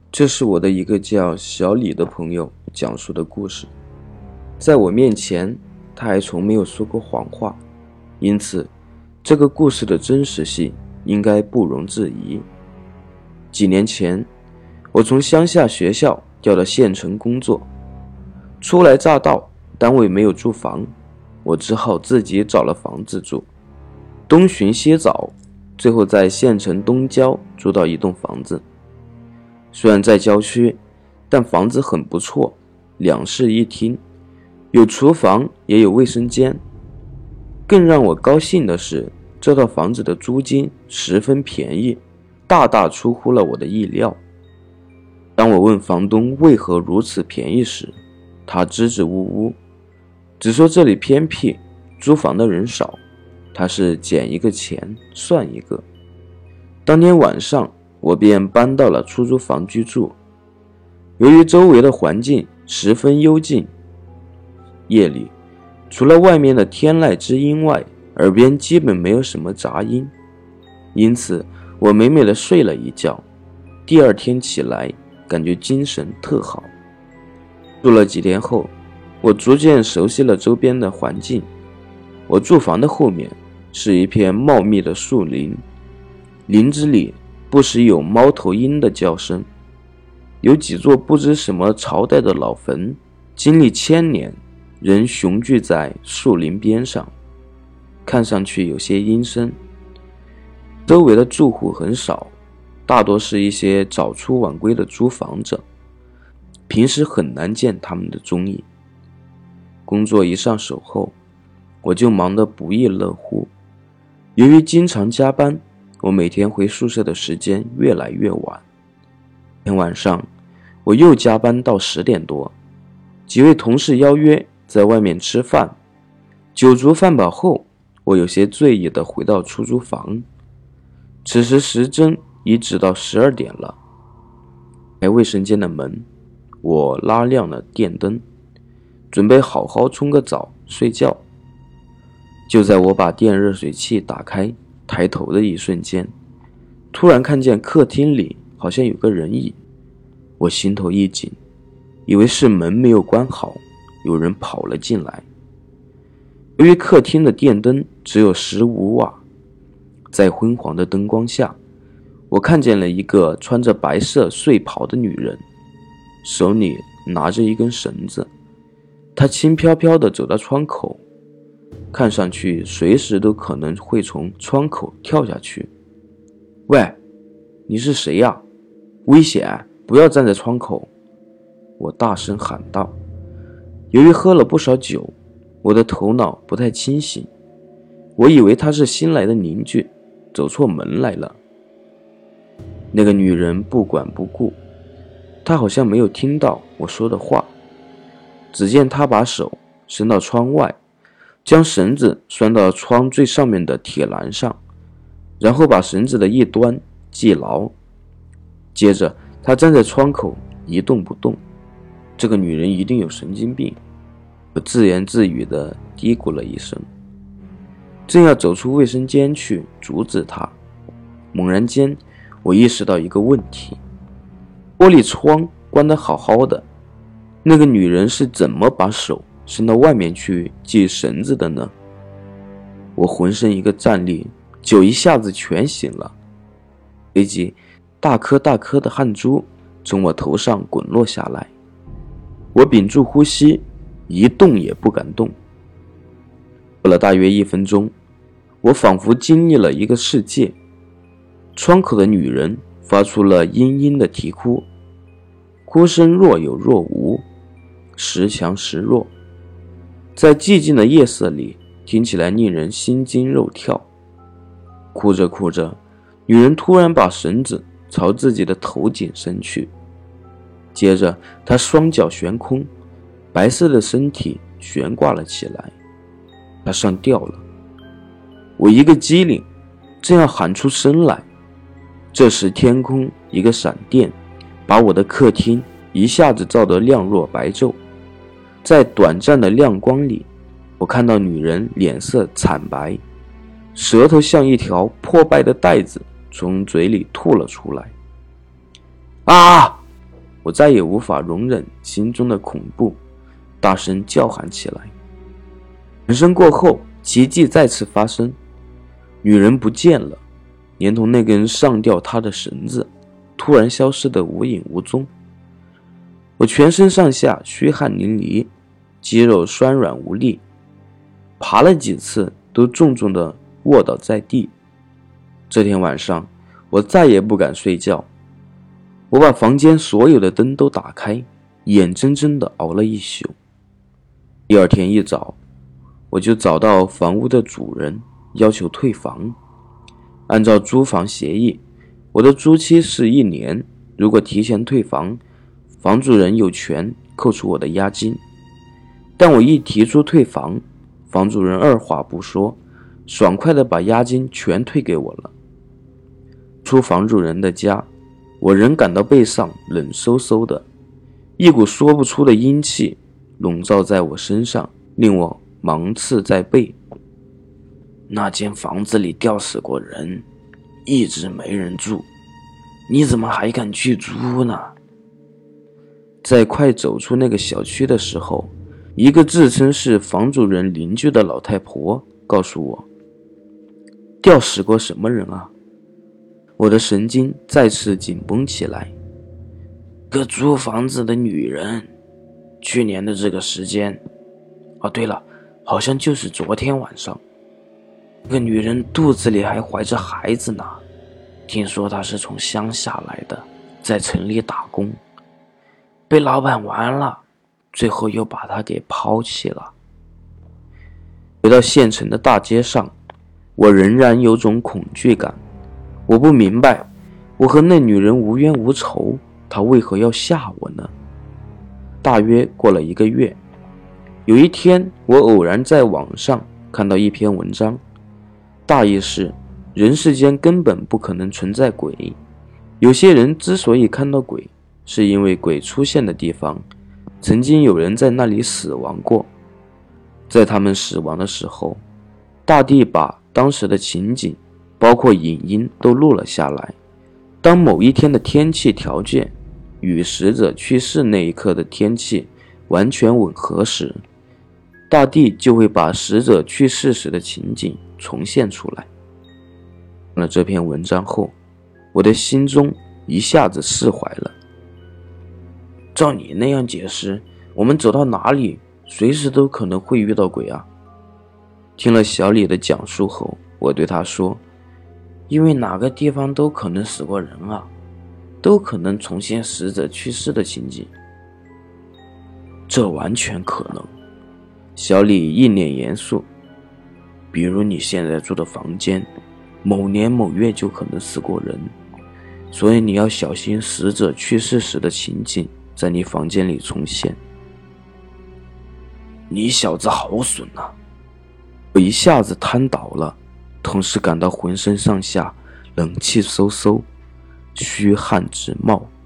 这是我的一个叫小李的朋友讲述的故事。在我面前，他还从没有说过谎话，因此这个故事的真实性应该不容置疑。几年前，我从乡下学校调到县城工作，初来乍到，单位没有住房，我只好自己找了房子住，东寻西找，最后在县城东郊租到一栋房子。虽然在郊区，但房子很不错，2室1厅，有厨房也有卫生间。更让我高兴的是，这套房子的租金十分便宜，大大出乎了我的意料。当我问房东为何如此便宜时，他支支吾吾，只说这里偏僻，租房的人少，他是减一个钱算一个。当天晚上，我便搬到了出租房居住。由于周围的环境十分幽静，夜里除了外面的天籁之音外，耳边基本没有什么杂音，因此我美美的睡了一觉。第二天起来，感觉精神特好。住了几天后，我逐渐熟悉了周边的环境。我住房的后面是一片茂密的树林，林子里不时有猫头鹰的叫声，有几座不知什么朝代的老坟，经历千年仍雄踞在树林边上，看上去有些阴森。周围的住户很少，大多是一些早出晚归的租房者，平时很难见他们的踪影。工作一上手后，我就忙得不亦乐乎。由于经常加班，我每天回宿舍的时间越来越晚。天晚上，我又加班到10点多，几位同事邀约在外面吃饭。酒足饭饱后，我有些醉意地回到出租房。此时时针已指到12点了。开卫生间的门，我拉亮了电灯，准备好好冲个澡睡觉。就在我把电热水器打开抬头的一瞬间，突然看见客厅里好像有个人影。我心头一紧，以为是门没有关好，有人跑了进来。由于客厅的电灯只有15瓦，在昏黄的灯光下，我看见了一个穿着白色睡袍的女人，手里拿着一根绳子。她轻飘飘地走到窗口，看上去随时都可能会从窗口跳下去。喂，你是谁呀？危险，不要站在窗口！我大声喊道。由于喝了不少酒，我的头脑不太清醒，我以为她是新来的邻居，走错门来了。那个女人不管不顾，她好像没有听到我说的话。只见她把手伸到窗外，将绳子拴到窗最上面的铁栏上，然后把绳子的一端系牢。接着她站在窗口一动不动。这个女人一定有神经病，我自言自语地嘀咕了一声，正要走出卫生间去阻止她，猛然间我意识到一个问题：玻璃窗关得好好的，那个女人是怎么把手伸到外面去系绳子的呢？我浑身一个战栗，酒一下子全醒了，随即大颗大颗的汗珠从我头上滚落下来。我屏住呼吸，一动也不敢动。过了大约1分钟，我仿佛经历了一个世界。窗口的女人发出了嘤嘤的啼哭，哭声若有若无，时强时弱，在寂静的夜色里听起来令人心惊肉跳。哭着哭着，女人突然把绳子朝自己的头颈伸去，接着她双脚悬空，白色的身体悬挂了起来，她上吊了。我一个机灵，正要喊出声来，这时天空一个闪电，把我的客厅一下子照得亮若白昼。在短暂的亮光里，我看到女人脸色惨白，舌头像一条破败的带子从嘴里吐了出来。啊！ 我再也无法容忍心中的恐怖，大声叫喊起来。转身过后，奇迹再次发生，女人不见了，连同那根上吊她的绳子突然消失得无影无踪。我全身上下虚汗淋漓，肌肉酸软无力，爬了几次都重重地卧倒在地。这天晚上我再也不敢睡觉，我把房间所有的灯都打开，眼睁睁地熬了一宿。第二天一早，我就找到房屋的主人，要求退房。按照租房协议，我的租期是1年，如果提前退房，房主人有权扣除我的押金。但我一提出退房，房主人二话不说，爽快地把押金全退给我了。出房主人的家，我仍感到背上冷飕飕的，一股说不出的阴气笼罩在我身上，令我芒刺在背。那间房子里吊死过人，一直没人住，你怎么还敢去租呢？在快走出那个小区的时候，一个自称是房主人邻居的老太婆告诉我，吊死过什么人啊？我的神经再次紧绷起来。个租房子的女人，去年的这个时间，对了，好像就是昨天晚上，这个女人肚子里还怀着孩子呢。听说她是从乡下来的，在城里打工，被老板玩了，最后又把她给抛弃了。回到县城的大街上，我仍然有种恐惧感。我不明白，我和那女人无冤无仇，她为何要吓我呢？大约过了1个月，有一天，我偶然在网上看到一篇文章，大意是人世间根本不可能存在鬼，有些人之所以看到鬼，是因为鬼出现的地方曾经有人在那里死亡过。在他们死亡的时候，大地把当时的情景包括影音都录了下来。当某一天的天气条件与死者去世那一刻的天气完全吻合时，大地就会把死者去世时的情景重现出来。看了这篇文章后，我的心中一下子释怀了。照你那样解释，我们走到哪里随时都可能会遇到鬼啊。听了小李的讲述后，我对他说，因为哪个地方都可能死过人啊，都可能重现死者去世的情景。这完全可能。小李一脸严肃，比如你现在住的房间，某年某月就可能死过人，所以你要小心死者去世时的情景在你房间里重现。你小子好损啊！我一下子瘫倒了，同时感到浑身上下冷气嗖嗖，虚汗直冒。